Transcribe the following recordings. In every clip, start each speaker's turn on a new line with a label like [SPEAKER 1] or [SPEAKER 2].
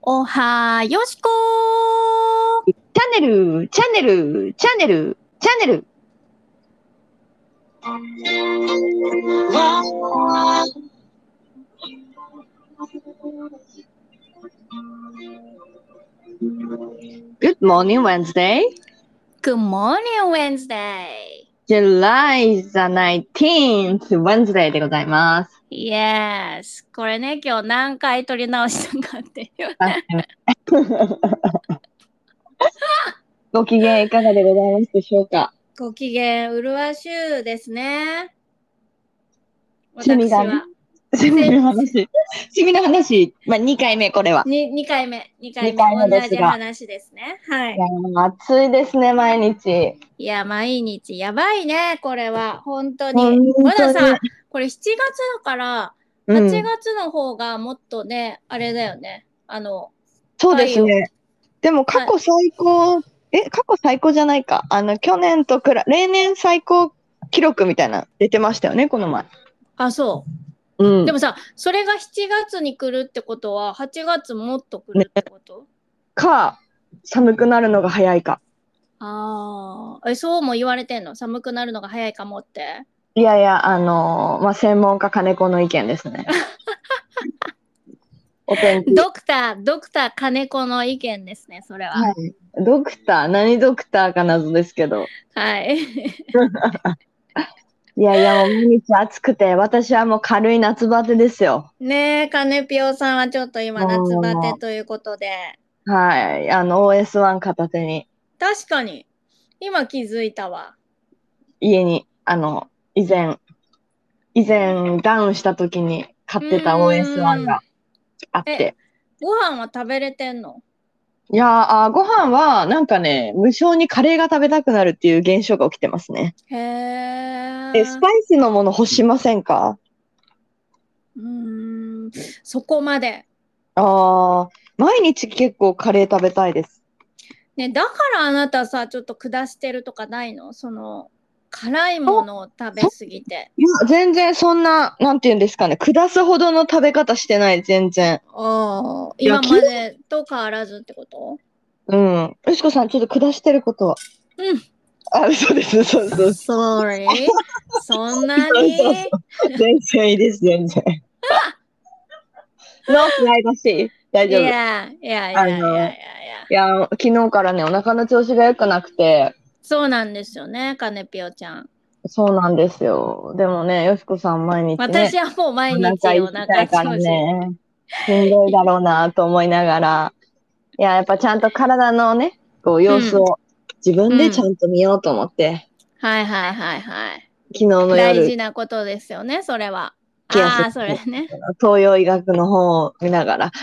[SPEAKER 1] おはよしこ
[SPEAKER 2] チャンネル、チャンネル、チャンネル、チャンネル。Good morning, Wednesday.
[SPEAKER 1] Good morning, Wednesday.
[SPEAKER 2] July the 19th, Wednesday でございます。
[SPEAKER 1] Yes. これね、今日何回撮り直したかっていう。
[SPEAKER 2] ご機嫌いかがでございますでしょうか。
[SPEAKER 1] ご機嫌うるわしゅうですね。
[SPEAKER 2] 趣味がね。
[SPEAKER 1] 私は。
[SPEAKER 2] 趣味の話。趣味の話。まあ、2回目、これは。
[SPEAKER 1] 2回目。2回
[SPEAKER 2] 2
[SPEAKER 1] 目。
[SPEAKER 2] 回目で
[SPEAKER 1] 同じ
[SPEAKER 2] すが。
[SPEAKER 1] 話ですね。はい。
[SPEAKER 2] いやー、暑いですね、毎日。
[SPEAKER 1] いや、毎日やばいね、これは。本当に。
[SPEAKER 2] 本当に。
[SPEAKER 1] まださ、これ7月だから、8
[SPEAKER 2] うん。
[SPEAKER 1] 月の方がもっとね、あれだよね。
[SPEAKER 2] そうで
[SPEAKER 1] 太陽。
[SPEAKER 2] すね。でも過去最高、過去最高じゃないか。去年と例年最高記録みたいな出てましたよね、この前。
[SPEAKER 1] あ、そう。
[SPEAKER 2] うん。
[SPEAKER 1] でもさ、それが7月に来るってことは、8月もっと来るってこと？
[SPEAKER 2] か、寒くなるのが早いか。
[SPEAKER 1] ああ、そうも言われてんの？寒くなるのが早いかもって。
[SPEAKER 2] いやいや、まあ、専門家金子の意見ですね。お天気。
[SPEAKER 1] ドクター金子の意見ですね、それは。
[SPEAKER 2] はい。ドクター、何ドクターか謎ですけど。
[SPEAKER 1] はい。
[SPEAKER 2] いやいや、もう毎日暑くて、私はもう軽い夏バテですよ。
[SPEAKER 1] ねえ、金ぴょさんはちょっと今夏バテ
[SPEAKER 2] も
[SPEAKER 1] ということで。
[SPEAKER 2] う、はい。OS1 片手に、
[SPEAKER 1] 確かに、今気づいたわ。
[SPEAKER 2] 家に、以前、ダウンした時に買
[SPEAKER 1] う
[SPEAKER 2] ってた OS1
[SPEAKER 1] ーん。
[SPEAKER 2] があっ
[SPEAKER 1] え、
[SPEAKER 2] て。
[SPEAKER 1] ご飯は食べれてんの？
[SPEAKER 2] いやー、ご飯はなんかね、無性にカレーが食べたくなるっていう現象が起きてますね。
[SPEAKER 1] へ
[SPEAKER 2] ス
[SPEAKER 1] え。
[SPEAKER 2] パイスのもの欲しませんか？
[SPEAKER 1] そこまで。
[SPEAKER 2] 毎日結構カレー食べたいです。
[SPEAKER 1] ね、だからあなたさ、ちょっと下してるとかないの？辛いものを食べすぎて。
[SPEAKER 2] いや、全然そんな、なんて言うんですかね、下すほどの食べ方してない、全然。
[SPEAKER 1] ああ、
[SPEAKER 2] いや、
[SPEAKER 1] 今までと変わらずってこと？
[SPEAKER 2] うん。よしこさん、ちょっと下してることは？
[SPEAKER 1] うん。
[SPEAKER 2] そうです、そうそう。
[SPEAKER 1] Sorry。そんな
[SPEAKER 2] そうそうそ
[SPEAKER 1] に？
[SPEAKER 2] う。全然いいです、全然。ノープライバシー。大
[SPEAKER 1] い
[SPEAKER 2] 丈夫。
[SPEAKER 1] や、いやい
[SPEAKER 2] あ
[SPEAKER 1] やいやいや
[SPEAKER 2] の、
[SPEAKER 1] いや。
[SPEAKER 2] いや、昨日からね、お腹の調子が良くなくて、
[SPEAKER 1] そうなんですよね、カネピオちゃん。
[SPEAKER 2] そうなんですよ。でもね、よしこさん毎日ね、
[SPEAKER 1] 私はもう
[SPEAKER 2] お
[SPEAKER 1] 毎日お
[SPEAKER 2] 腹痛
[SPEAKER 1] 腹
[SPEAKER 2] いから
[SPEAKER 1] 調子。
[SPEAKER 2] ね、しんどいだろうなと思いながら、いや、やっぱちゃんと体のね、こう
[SPEAKER 1] うん、
[SPEAKER 2] 様子を自分でちゃ
[SPEAKER 1] うん。
[SPEAKER 2] んと見ようと思って、
[SPEAKER 1] はいはいはいはい。
[SPEAKER 2] 昨日の
[SPEAKER 1] 大
[SPEAKER 2] 夜、
[SPEAKER 1] 事なことですよね、それは。
[SPEAKER 2] 気安
[SPEAKER 1] ああ、それね。
[SPEAKER 2] 東洋医学の本を見ながら、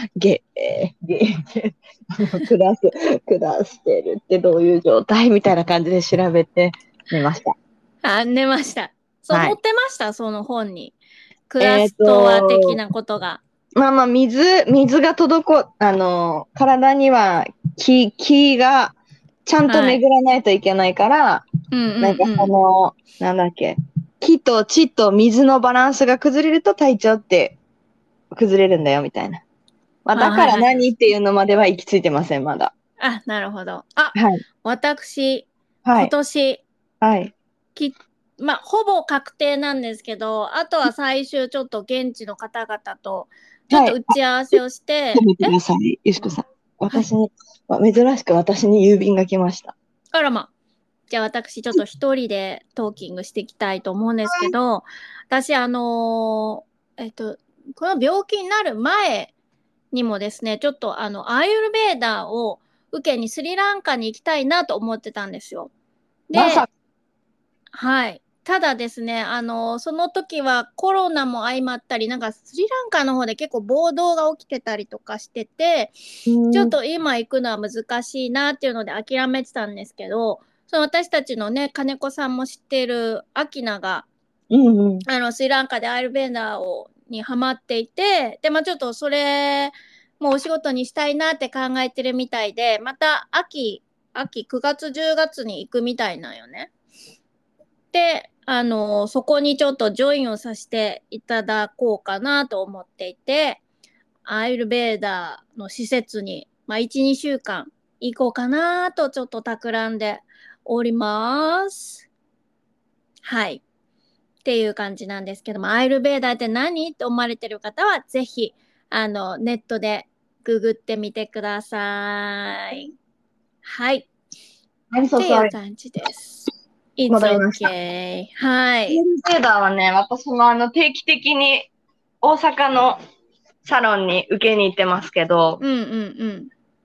[SPEAKER 2] 下してるってどういう状態みたいな感じで調べてみました。
[SPEAKER 1] あ、寝ました。そう、
[SPEAKER 2] はい。
[SPEAKER 1] 載ってました、その本に。クラ
[SPEAKER 2] えっ
[SPEAKER 1] ストア的
[SPEAKER 2] と、
[SPEAKER 1] なことが。
[SPEAKER 2] まあまあ、水が体には気がちゃんと
[SPEAKER 1] はい。
[SPEAKER 2] 巡らないといけないから、
[SPEAKER 1] うんう
[SPEAKER 2] なんか
[SPEAKER 1] んうん。
[SPEAKER 2] なんだっけ、気と血と水のバランスが崩れると体調って崩れるんだよ、みたいな。まあ、
[SPEAKER 1] あ、
[SPEAKER 2] だから
[SPEAKER 1] はいはいはい。
[SPEAKER 2] 何っていうのまでは行き着いてません、まだ。
[SPEAKER 1] あ、なるほど。あ、
[SPEAKER 2] はい。
[SPEAKER 1] 私、今
[SPEAKER 2] はい。
[SPEAKER 1] 年、
[SPEAKER 2] はい。
[SPEAKER 1] き、まあ、ほぼ確定なんですけど、あとは最終ちょっと現地の方々と、ちょっ
[SPEAKER 2] はい。
[SPEAKER 1] と打ち合わせをして、
[SPEAKER 2] 止めてください、よしこさん。
[SPEAKER 1] はい。
[SPEAKER 2] 珍しく私に郵便が来ました。
[SPEAKER 1] あらま。じゃあ私ちょっと一人でトーキングしていきたいと思うんですけど、私この病気になる前にもですね、ちょっとアーユルベーダーを受けにスリランカに行きたいなと思ってたんですよ。で、
[SPEAKER 2] まさ
[SPEAKER 1] はい。ただですね、その時はコロナも相まったり、なんかスリランカの方で結構暴動が起きてたりとかしてて、ちょっ
[SPEAKER 2] うん、
[SPEAKER 1] と今行くのは難しいなっていうので諦めてたんですけど、その私たちのね、金子さんも知っているアキナが、
[SPEAKER 2] うんうん。
[SPEAKER 1] スリランカでアイルベンダーにハマっていて、で、まあちょっとそれもうお仕事にしたいなって考えてるみたいで、また9月10月に行くみたいなんよね。で、そこにちょっとジョインをさせていただこうかなと思っていて、 アイルベーダーの施設に、まあ、1、2週間行こうかなとちょっと企んでおります。はい。っていう感じなんですけども、アイルベーダーって何って思われてる方は、ぜひ、ネットでググってみてください。はい。
[SPEAKER 2] I'm
[SPEAKER 1] っ
[SPEAKER 2] so
[SPEAKER 1] ていう
[SPEAKER 2] sorry.
[SPEAKER 1] 感じです。It's
[SPEAKER 2] 戻りました。
[SPEAKER 1] okay. は
[SPEAKER 2] アイ
[SPEAKER 1] い。
[SPEAKER 2] ルベーダーはね、私も定期的に大阪のサロンに受けに行ってますけど、
[SPEAKER 1] うんうんうん。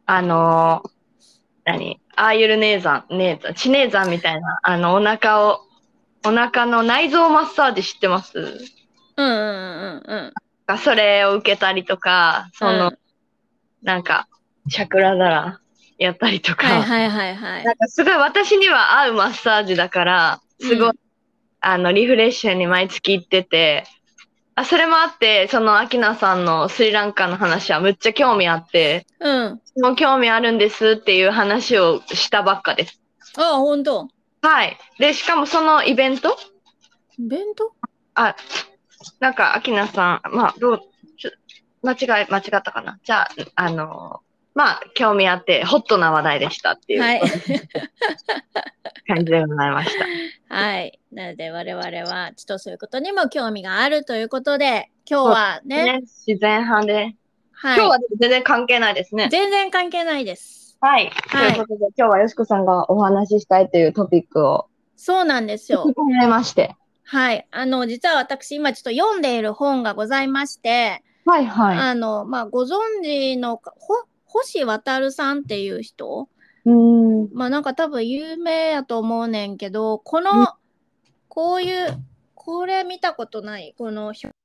[SPEAKER 2] アーユルネーザン、チネーザンみたいな、お腹の内臓マッサージ知ってます？
[SPEAKER 1] うんうんうんうん
[SPEAKER 2] それを受けたりとか、
[SPEAKER 1] うん。うん。
[SPEAKER 2] なんか、チャクラダラやったりとか、
[SPEAKER 1] はいはいはいはい。
[SPEAKER 2] なんかすごい私には合うマッサージだから、すごい、
[SPEAKER 1] うん。
[SPEAKER 2] リフレッシュに毎月行ってて、それもあって、アキナさんのスリランカの話はむっちゃ興味あって、
[SPEAKER 1] うん。
[SPEAKER 2] もう興味あるんですっていう話をしたばっかです。
[SPEAKER 1] あ、ほんと。
[SPEAKER 2] はい。で、しかもそのイベント
[SPEAKER 1] イベント？
[SPEAKER 2] あ、なんか、アキナさん、まあ、間違ったかな。じゃあ、まあ、興味あって、ホットな話題でしたっていう
[SPEAKER 1] はい。
[SPEAKER 2] 感じでございました。
[SPEAKER 1] はい。なので我々はちょっとそういうことにも興味があるということで、今日
[SPEAKER 2] そう
[SPEAKER 1] はね、
[SPEAKER 2] ね、自然派で。
[SPEAKER 1] はい。
[SPEAKER 2] 今日は全然関係ないですね。
[SPEAKER 1] 全然関係ないです。
[SPEAKER 2] はい。と
[SPEAKER 1] はい。
[SPEAKER 2] いうことで、今日はよしこさんがお話ししたいというトピックを
[SPEAKER 1] そうなんです
[SPEAKER 2] 聞き
[SPEAKER 1] よ。
[SPEAKER 2] 込めまして。
[SPEAKER 1] はい。実は私今ちょっと読んでいる本がございまして、
[SPEAKER 2] はいはい。
[SPEAKER 1] まあ、ご存知の星渉さんっていう人、
[SPEAKER 2] うーん。
[SPEAKER 1] まあなんか多分有名やと思うねんけど、こういう、これ見たことない、この表、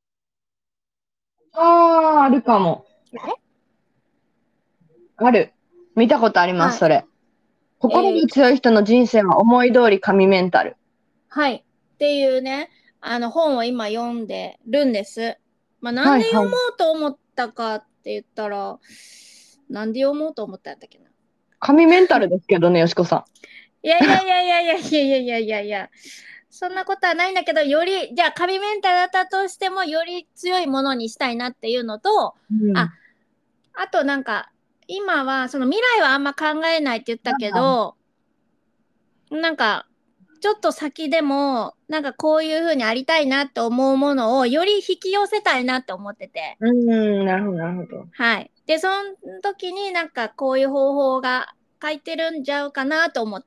[SPEAKER 2] ああ、あるかも。ある。見たことあります、
[SPEAKER 1] はい。
[SPEAKER 2] それ。心が強い人の人生は思い通り神メンタル。
[SPEAKER 1] はい。っていうね、本を今読んでるんです。まあ、なんで読も
[SPEAKER 2] はいはい。
[SPEAKER 1] うと思ったかって言ったら、なんで読もうと思ったんだっけな。
[SPEAKER 2] 神メンタルですけどね、よしこさ
[SPEAKER 1] いやいやいやいやいやいやいやいやいやいや、そんなことはないんだけど、より、じゃあ、神メンタルだったとしても、より強いものにしたいなっていうのと、
[SPEAKER 2] ん。うん。
[SPEAKER 1] あ、あとなんか、今は、その未来はあんま考えないって言ったけど、なんか、ちょっと先でも、なんかこういう風にありたいなって思うものをより引き寄せたいなって思ってて。
[SPEAKER 2] うん、なるほど、なるほど。
[SPEAKER 1] はい。で、その時になんかこういう方法が書いてるんちゃうかなと思って、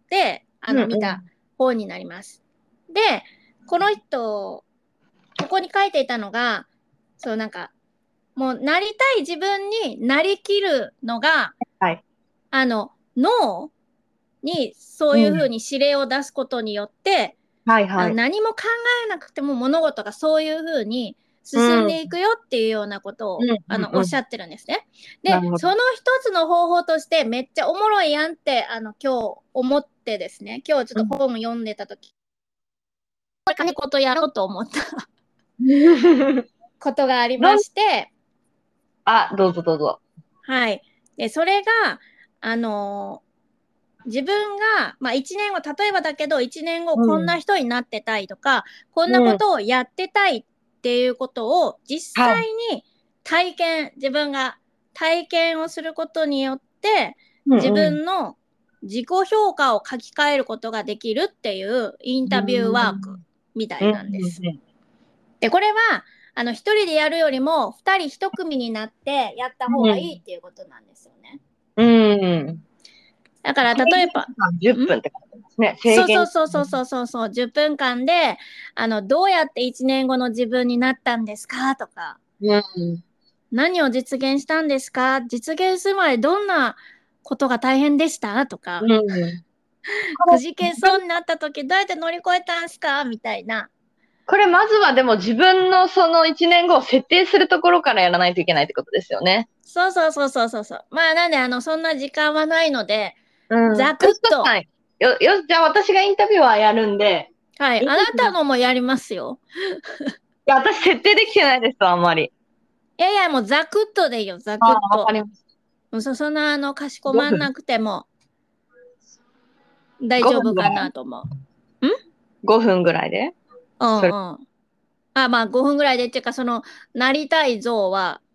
[SPEAKER 2] うん
[SPEAKER 1] 見た
[SPEAKER 2] う
[SPEAKER 1] 本になります。で、この人、ここに書いていたのが、そうなんか、もうなりたい自分になりきるのが、
[SPEAKER 2] はい。
[SPEAKER 1] 脳にそういうふう
[SPEAKER 2] うん。
[SPEAKER 1] に指令を出すことによって、
[SPEAKER 2] はいはい。
[SPEAKER 1] 何も考えなくても物事がそういうふうに
[SPEAKER 2] うん。
[SPEAKER 1] 進んでいくよっていうようなことを
[SPEAKER 2] うんうんうん。
[SPEAKER 1] おっしゃってるんですね。で、
[SPEAKER 2] なるほど。
[SPEAKER 1] その一つの方法としてめっちゃおもろいやんって今日思ってですね、今日ちょっと
[SPEAKER 2] うん。
[SPEAKER 1] 本読んでた時、これ金子とやろうと思ったことがありま
[SPEAKER 2] どん、
[SPEAKER 1] して、
[SPEAKER 2] どうぞどうぞ。
[SPEAKER 1] はい。で、それが、あの自分が、まあ、1年後、例えばだけど、1年後、こんな
[SPEAKER 2] うん。
[SPEAKER 1] 人になってたいとか、こんな
[SPEAKER 2] うん。
[SPEAKER 1] ことをやってたいっていうことを、実
[SPEAKER 2] はい。
[SPEAKER 1] 際に自分が体験をすることによって、自
[SPEAKER 2] うんうん。
[SPEAKER 1] 分の自己評価を書き換えることができるっていうイン
[SPEAKER 2] う
[SPEAKER 1] タビューワーク
[SPEAKER 2] ん。
[SPEAKER 1] みたい
[SPEAKER 2] うん。
[SPEAKER 1] なんです。
[SPEAKER 2] うん。
[SPEAKER 1] で、これは、一人でやるよりも、二人一組になってやった方がいいっていうことなんですよね。
[SPEAKER 2] うん。
[SPEAKER 1] だから、
[SPEAKER 2] 制限
[SPEAKER 1] 例えば、
[SPEAKER 2] 時間10
[SPEAKER 1] ん
[SPEAKER 2] 分って書いてますね。制
[SPEAKER 1] そうそう
[SPEAKER 2] 限。
[SPEAKER 1] そうそうそうそうそう、10分間で、どうやって1年後の自分になったんですかとか、
[SPEAKER 2] うん。
[SPEAKER 1] 何を実現したんですか、実現するまでどんなことが大変でしたとか、
[SPEAKER 2] うん。
[SPEAKER 1] くじけそうになった時どうやって乗り越えたんですかみたいな。
[SPEAKER 2] これまずはでも自分のその1年後を設定するところからやらないといけないってことですよね。
[SPEAKER 1] そうそうそうそうそうそう。まあなんでそんな時間はないので、
[SPEAKER 2] うん。
[SPEAKER 1] ざ
[SPEAKER 2] よしこ
[SPEAKER 1] くっと、
[SPEAKER 2] さん、じゃあ私がインタビュアーやるんで、
[SPEAKER 1] はい、あなたのもやりますよ。
[SPEAKER 2] いや、私設定できてないですあんまり。
[SPEAKER 1] いやいや、もうざくっとでいいよ、ざ
[SPEAKER 2] ああ、
[SPEAKER 1] くっと。
[SPEAKER 2] わかります。
[SPEAKER 1] そんなかしこまん
[SPEAKER 2] 5分
[SPEAKER 1] なくても大
[SPEAKER 2] ?5
[SPEAKER 1] 丈夫か
[SPEAKER 2] 分ぐらい
[SPEAKER 1] なと思う。ん
[SPEAKER 2] ?5 分ぐらいで
[SPEAKER 1] うん
[SPEAKER 2] それ。
[SPEAKER 1] うん。あ、まあ5分ぐらいでっていうか、なりたい像は、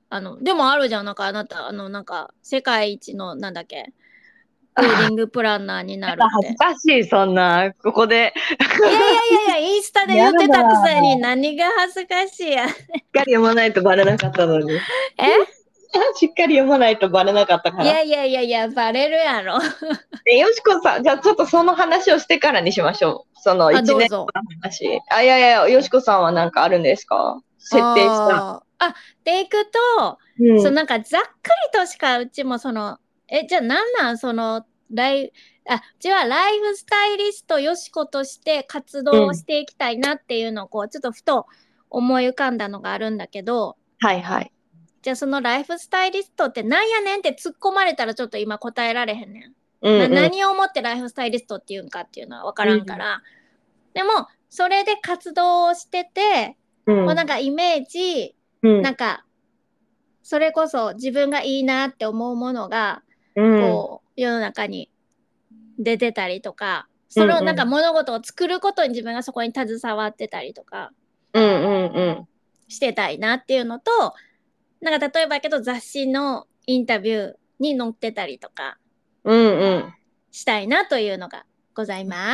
[SPEAKER 1] でもあるじゃん、なんかあなた、なんか、世界一の、なんだっけ、ウェディングプランナーになるっ
[SPEAKER 2] 恥ず
[SPEAKER 1] て。
[SPEAKER 2] かしい、そんな、ここで。
[SPEAKER 1] いやいやいやいや、インスタで言
[SPEAKER 2] やだ。
[SPEAKER 1] ってたくせに
[SPEAKER 2] し
[SPEAKER 1] 何が恥ずかしいや。
[SPEAKER 2] っかり読まないとバレなかったのに。
[SPEAKER 1] え
[SPEAKER 2] しっかり読まないとバレなかったから。
[SPEAKER 1] いやいやいやいや、バレるやろ。
[SPEAKER 2] よしこさん、じゃあちょっとその話をしてからにしましょう。その
[SPEAKER 1] あ、
[SPEAKER 2] 1年
[SPEAKER 1] どうぞ。
[SPEAKER 2] 後の話。あ、いやいや、よしこさんはなんかあるんですか？設定した。
[SPEAKER 1] でいくと、
[SPEAKER 2] うん。
[SPEAKER 1] なんかざっくりとしかうちもじゃあなんなんうちはライフスタイリストよしことして活動を
[SPEAKER 2] うん。
[SPEAKER 1] していきたいなっていうのをこう、ちょっとふと思い浮かんだのがあるんだけど、
[SPEAKER 2] はいはい。
[SPEAKER 1] じゃあそのライフスタイリストってなんやねんって突っ込まれたらちょっと今答えられへんねん。
[SPEAKER 2] うんうん。
[SPEAKER 1] 何をもってライフスタイリストっていうんかっていうのはわからんか
[SPEAKER 2] うん
[SPEAKER 1] ら。でも、それで活動をしてて、こうなん
[SPEAKER 2] うん。
[SPEAKER 1] かイメージ、
[SPEAKER 2] うん。
[SPEAKER 1] なんか、それこそ自分がいいなって思うものが、
[SPEAKER 2] うん。
[SPEAKER 1] こう、世の中に出てたりとか、それをなんか
[SPEAKER 2] うんうん。
[SPEAKER 1] 物事を作ることに自分がそこに携わってたりとか
[SPEAKER 2] うんうんうん。
[SPEAKER 1] してたいなっていうのと、なんか例えばやけど雑誌のインタビューに載ってたりとか
[SPEAKER 2] うんうん。
[SPEAKER 1] したいなというのがございます。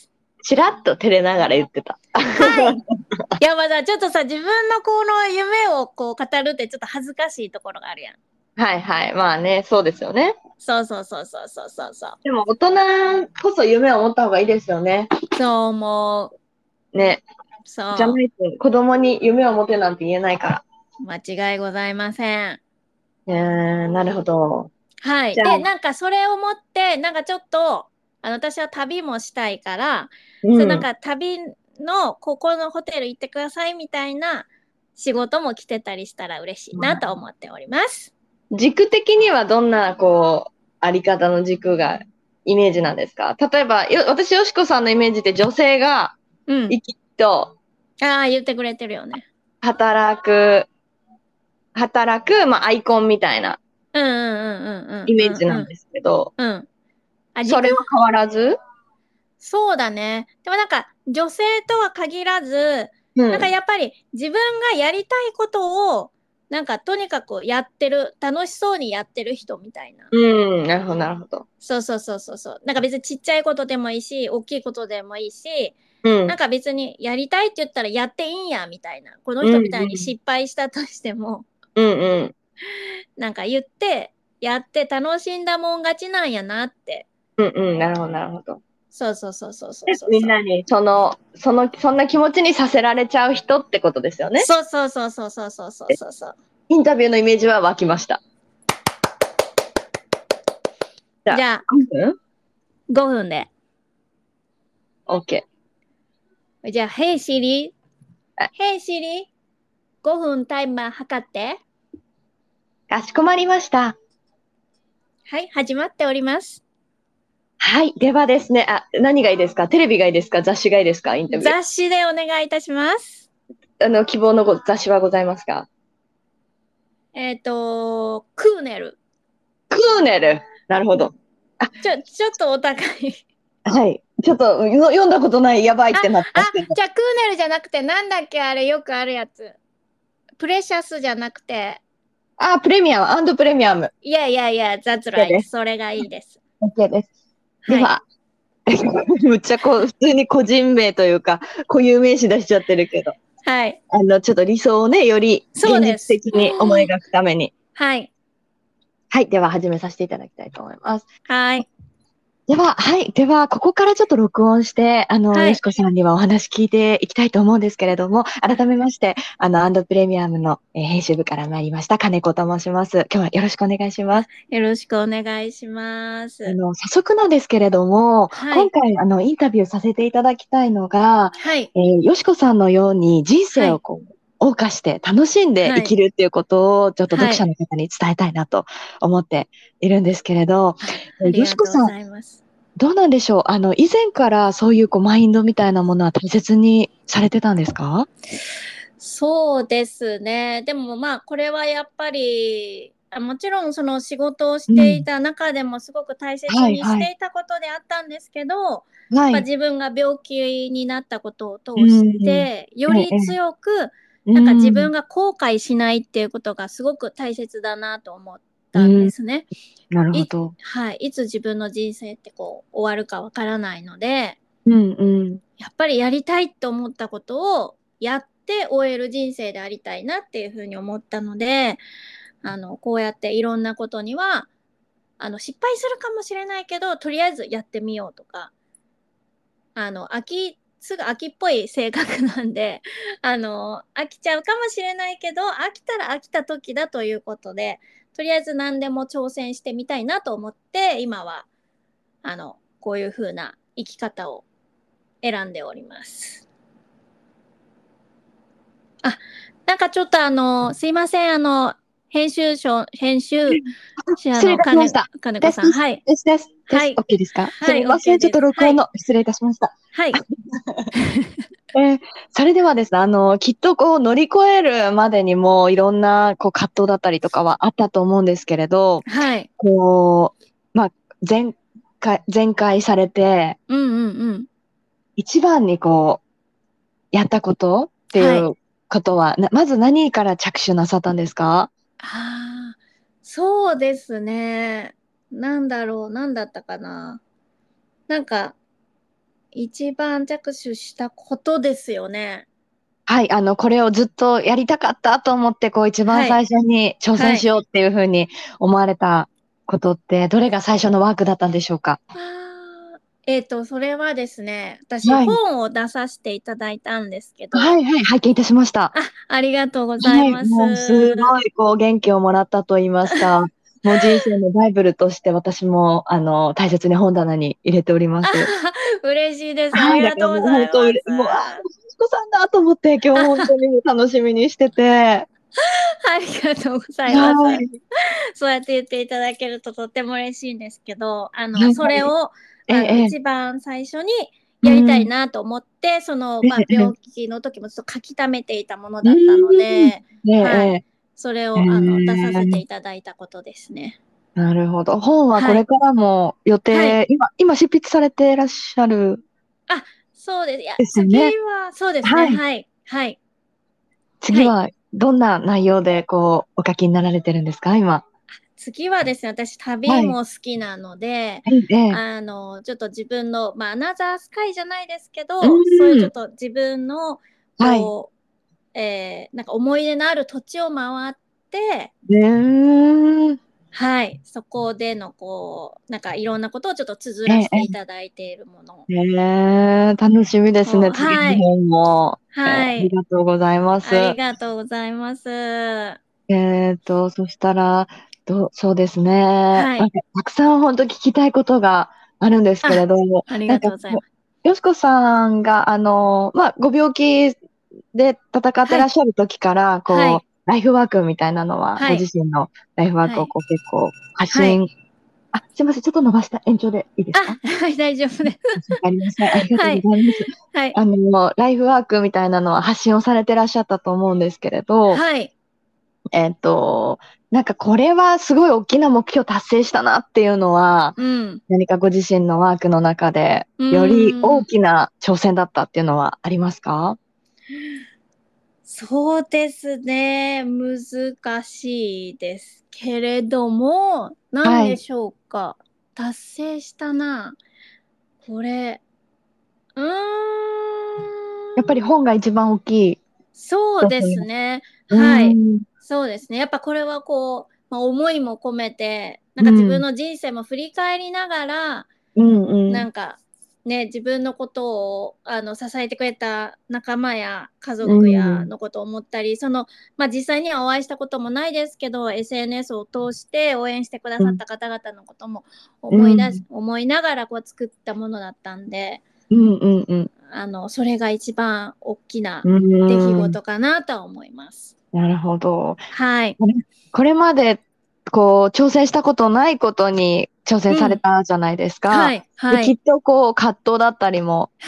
[SPEAKER 2] ちらっと照れながら言ってた。
[SPEAKER 1] はい。いや、まだちょっとさ、自分のこの夢をこう語るってちょっと恥ずかしいところがあるやん。
[SPEAKER 2] はいはい。まあね、そうですよね。
[SPEAKER 1] そうそうそうそうそうそうそう。
[SPEAKER 2] でも大人こそ夢を持った方がいいですよね。
[SPEAKER 1] そう思う。
[SPEAKER 2] ね。じゃな
[SPEAKER 1] そ
[SPEAKER 2] いと子供に夢を持てなんて言えないか
[SPEAKER 1] う。間違いございません。
[SPEAKER 2] ら。なるほど。
[SPEAKER 1] はい。
[SPEAKER 2] じゃあ、
[SPEAKER 1] で、なんかそれをもって、なんかちょっと、私は旅もしたいから、なん
[SPEAKER 2] うん。
[SPEAKER 1] か旅のここのホテル行ってくださいみたいな仕事も来てたりしたら嬉しいなと思っております。
[SPEAKER 2] 軸的にはどんな、こう、あり方の軸がイメージなんですか？例えば、私、よしこさんのイメージって女性が
[SPEAKER 1] うん。
[SPEAKER 2] 生きと
[SPEAKER 1] ああ、言ってくれてるよね。
[SPEAKER 2] 働く、まあ、アイコンみたいな
[SPEAKER 1] うんうんうんうん
[SPEAKER 2] イメー
[SPEAKER 1] うんうん
[SPEAKER 2] ジなんですけど、
[SPEAKER 1] うん。うん。あ、
[SPEAKER 2] それは変わらず。
[SPEAKER 1] そうだね。でもなんか女性とは限らず、なんか
[SPEAKER 2] うん。
[SPEAKER 1] やっぱり自分がやりたいことをなんかとにかくやってる、楽しそうにやってる人みたいな。
[SPEAKER 2] うん、なるほど、なるほど。
[SPEAKER 1] そうそうそうそうそう。なんか別にちっちゃいことでもいいし、大きいことでもいいし、
[SPEAKER 2] うん、
[SPEAKER 1] なんか別にやりたいって言ったらやっていいんやみたいな。この
[SPEAKER 2] うん、
[SPEAKER 1] 人みたいに
[SPEAKER 2] うん、
[SPEAKER 1] 失敗したとしても、
[SPEAKER 2] うん、うん、
[SPEAKER 1] なんか言って、やって楽しんだもん勝ちなんやなって。
[SPEAKER 2] うん、うん、なるほど、なるほど。
[SPEAKER 1] そうそうそうそうそう
[SPEAKER 2] で、
[SPEAKER 1] そうそう。
[SPEAKER 2] みんなに、そんな気持ちにさせられちゃう人ってことですよね。
[SPEAKER 1] そうそうそうそうそうそうそうそうそう。
[SPEAKER 2] インタビューのイメージは湧きました。じゃあ、
[SPEAKER 1] じゃあ、
[SPEAKER 2] 5分
[SPEAKER 1] 5分で。
[SPEAKER 2] ?OK。
[SPEAKER 1] じゃあ、Hey Siri。
[SPEAKER 2] はい、
[SPEAKER 1] Hey Siri。5分タイマー測って。
[SPEAKER 2] かしこまりました。
[SPEAKER 1] はい、始まっております。
[SPEAKER 2] はい。ではですね、何がいいですか？テレビがいいですか？雑誌がいいですか？インタビュー。
[SPEAKER 1] 雑誌でお願いいたします。
[SPEAKER 2] 希望の雑誌はございますか？
[SPEAKER 1] クーネル。
[SPEAKER 2] クーネル。なるほど。
[SPEAKER 1] ちょっとお高い。
[SPEAKER 2] はい。ちょっと読んだことないやばいってなってますけど。
[SPEAKER 1] じゃあクーネルじゃなくて、なんだっけあれよくあるやつ。プレシャスじゃなくて、
[SPEAKER 2] プレミアム、プレミアム。
[SPEAKER 1] いやいやいや、that's
[SPEAKER 2] OK
[SPEAKER 1] right。
[SPEAKER 2] です。
[SPEAKER 1] それがいいです。
[SPEAKER 2] OK です。
[SPEAKER 1] はい。
[SPEAKER 2] では、むっちゃ普通に個人名というか、固有名詞出しちゃってるけど、
[SPEAKER 1] はい。
[SPEAKER 2] ちょっと理想をね、より現実的に思い描くために。
[SPEAKER 1] はい。
[SPEAKER 2] はい。では、始めさせていただきたいと思います。
[SPEAKER 1] はい。
[SPEAKER 2] では、はい。では、ここからちょっと録音して、よしこさんにはお話聞いていきたいと思うんですけれども、改めまして、アンドプレミアムの、編集部から参りました、金子と申します。今日はよろしくお願いします。
[SPEAKER 1] よろしくお願いします。
[SPEAKER 2] 早速なんですけれども、
[SPEAKER 1] はい、
[SPEAKER 2] 今回、インタビューさせていただきたいのが、
[SPEAKER 1] はい。
[SPEAKER 2] よしこさんのように人生をこう、謳歌して楽しんで生きるっていうことをちょっと読者の方に伝えたいなと思っているんですけれど、よしこさん、どうなんでしょう？以前からそういうマインドみたいなものは大切にされてたんですか？
[SPEAKER 1] そうですね。でもまあ、これはやっぱり、もちろんその仕事をしていた中でもすごく大切にしていたことであったんですけど、自分が病気になったことを通して、より強くなんか自分が後悔しないっていうことがすごく大切だなと思ったんですね。
[SPEAKER 2] なるほど。
[SPEAKER 1] はい。いつ自分の人生ってこう終わるかわからないので、
[SPEAKER 2] うん
[SPEAKER 1] やっぱりやりたいと思ったことをやって終える人生でありたいなっていうふうに思ったので、こうやっていろんなことには、失敗するかもしれないけど、とりあえずやってみようとか、すぐ飽きっぽい性格なんで、飽きちゃうかもしれないけど、飽きたら飽きた時だということで、とりあえず何でも挑戦してみたいなと思って、今は、こういう風な生き方を選んでおります。あ、なんかちょっとすいません、編集者
[SPEAKER 2] 失礼いたしました。
[SPEAKER 1] 金子さん。はい。
[SPEAKER 2] です。
[SPEAKER 1] はい。
[SPEAKER 2] OK ですか？
[SPEAKER 1] はい、
[SPEAKER 2] すみません。
[SPEAKER 1] OK です。
[SPEAKER 2] ちょっと録音の失礼いたしました。
[SPEAKER 1] はい。
[SPEAKER 2] それではですね、きっとこう乗り越えるまでにもいろんなこう葛藤だったりとかはあったと思うんですけれど、
[SPEAKER 1] はい。
[SPEAKER 2] こう、まあ、前回されて、一番にこう、やったことっていうことは、まず何から着手なさったんですか？
[SPEAKER 1] そうですね。なんだったかな。なんか、一番着手したことですよね。
[SPEAKER 2] はい、これをずっとやりたかったと思って、こう一番最初に挑戦しようっていうふうに思われたことって、どれが最初のワークだったんでしょうか？
[SPEAKER 1] それはですね、私、本を出させていただいたんですけど。
[SPEAKER 2] はい、拝見いたしました。
[SPEAKER 1] ありがとうございます。
[SPEAKER 2] もうすごいこう元気をもらったと言いますか、もう人生のバイブルとして私も大切に本棚に入れております。
[SPEAKER 1] 嬉しいです。ありがとうございます。
[SPEAKER 2] もう、息子さんだと思って、今日本当に楽しみにしてて。
[SPEAKER 1] ありがとうございます。そうやって言っていただけるととっても嬉しいんですけど、それを、一番最初にやりたいなと思って、病気の時もちょっと書き溜めていたものだったので、はい。それを、出させていただいたことですね。
[SPEAKER 2] なるほど。本はこれからも予定、今執筆されていらっしゃる？
[SPEAKER 1] そうです。いや、次は、そうですね。はい。
[SPEAKER 2] 次はどんな内容でこうお書きになられてるんですか、今？
[SPEAKER 1] 次はですね、私旅も好きなので、ちょっと自分の、アナザースカイじゃないですけど、そういうちょっと自分の、こう、なんか思い出のある土地を回って、はい、そこでのこう、なんかいろんなことをちょっと綴らせていただいているもの。
[SPEAKER 2] 楽しみですね、次の本も。ありがとうございます。
[SPEAKER 1] ありがとうございます。
[SPEAKER 2] そしたら、そうですね。なんかたくさん本当聞きたいことがあるんですけれども、
[SPEAKER 1] ありがとうございます。
[SPEAKER 2] よしこさんが、ご病気で戦ってらっしゃる時から、こう、ライフワークみたいなのは、ご自身のライフワークをこう結構発信、すいません、ちょっと伸ばした延長でいいですか？
[SPEAKER 1] はい、大丈夫です。
[SPEAKER 2] わかりました。ありがとうございます。ライフワークみたいなのは発信をされてらっしゃったと思うんですけれど、なんかこれはすごい大きな目標達成したなっていうのは、何かご自身のワークの中で、より大きな挑戦だったっていうのはありますか？
[SPEAKER 1] そうですね。難しいですけれども、何でしょうか。達成したな。これ。
[SPEAKER 2] やっぱり本が一番大きい。
[SPEAKER 1] そうですね。はい。そうですね。やっぱこれはこう、思いも込めて、なんか自分の人生も振り返りながら、なんかね、自分のことを支えてくれた仲間や家族やのことを思ったり、実際にはお会いしたこともないですけど、SNS を通して応援してくださった方々のことも思いながらこう作ったものだったんで、それが一番大きな出来事かなとは思います。
[SPEAKER 2] なるほど。
[SPEAKER 1] はい。
[SPEAKER 2] これまでこう挑戦したことないことに挑戦されたじゃないですか。きっとこう葛藤だったりもあっ